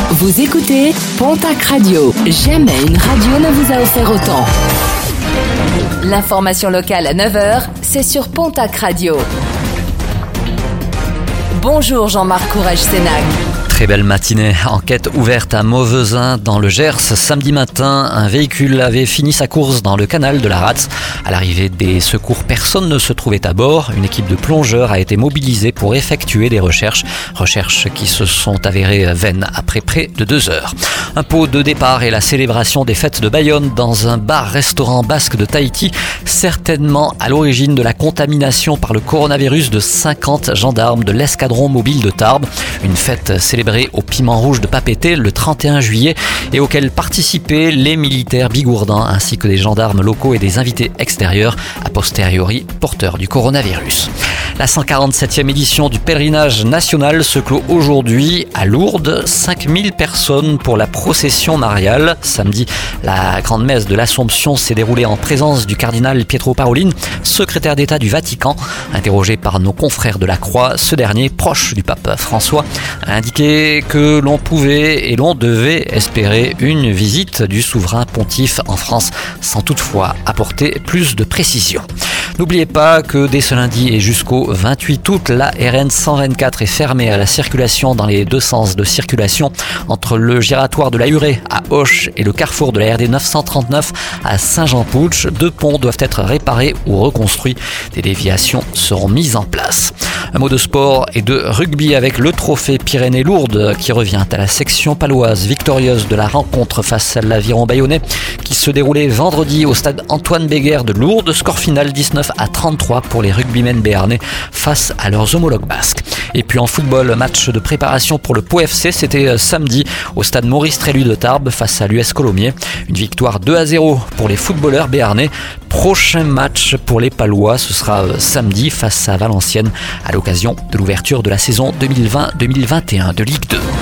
Vous écoutez Pontac Radio. Jamais une radio ne vous a offert autant. L'information locale à 9h, c'est sur Pontac Radio. Bonjour Jean-Marc Courage-Sénac. Très belle matinée. Enquête ouverte à Mauvezin dans le Gers. Samedi matin, un véhicule avait fini sa course dans le canal de la Rats. À l'arrivée des secours, personne ne se trouvait à bord. Une équipe de plongeurs a été mobilisée pour effectuer des recherches. Recherches qui se sont avérées vaines après près de 2 heures. Un pot de départ et la célébration des fêtes de Bayonne dans un bar-restaurant basque de Tahiti, certainement à l'origine de la contamination par le coronavirus de 50 gendarmes de l'escadron mobile de Tarbes. Une fête célébrée au Piment Rouge de Papeete le 31 juillet et auquel participaient les militaires bigourdans ainsi que des gendarmes locaux et des invités extérieurs, a posteriori porteurs du coronavirus. La 147e édition du pèlerinage national se clôt aujourd'hui à Lourdes. 5000 personnes pour la procession mariale. Samedi, la grande messe de l'Assomption s'est déroulée en présence du cardinal Pietro Parolin, secrétaire d'État du Vatican. Interrogé par nos confrères de la Croix, ce dernier, proche du pape François, a indiqué que l'on pouvait et l'on devait espérer une visite du souverain pontife en France, sans toutefois apporter plus de précision. N'oubliez pas que dès ce lundi et jusqu'au 28 août, la RN 124 est fermée à la circulation dans les deux sens de circulation entre le giratoire de la Hurée à Auch et le carrefour de la RD 939 à Saint-Jean-Pouch. 2 ponts doivent être réparés ou reconstruits. Des déviations seront mises en place. Un mot de sport et de rugby avec le trophée Pyrénées-Lourdes qui revient à la section paloise victorieuse de la rencontre face à l'Aviron bayonnais qui se déroulait vendredi au stade Antoine Béguer de Lourdes. Score final 19-33 pour les rugbymen béarnais face à leurs homologues basques. Et puis en football, match de préparation pour le Pau FC, c'était samedi au stade Maurice Trélu de Tarbes face à l'US Colomiers. Une victoire 2-0 pour les footballeurs béarnais. Prochain match pour les Palois, ce sera samedi face à Valenciennes à l'occasion de l'ouverture de la saison 2020-2021 de Ligue 2.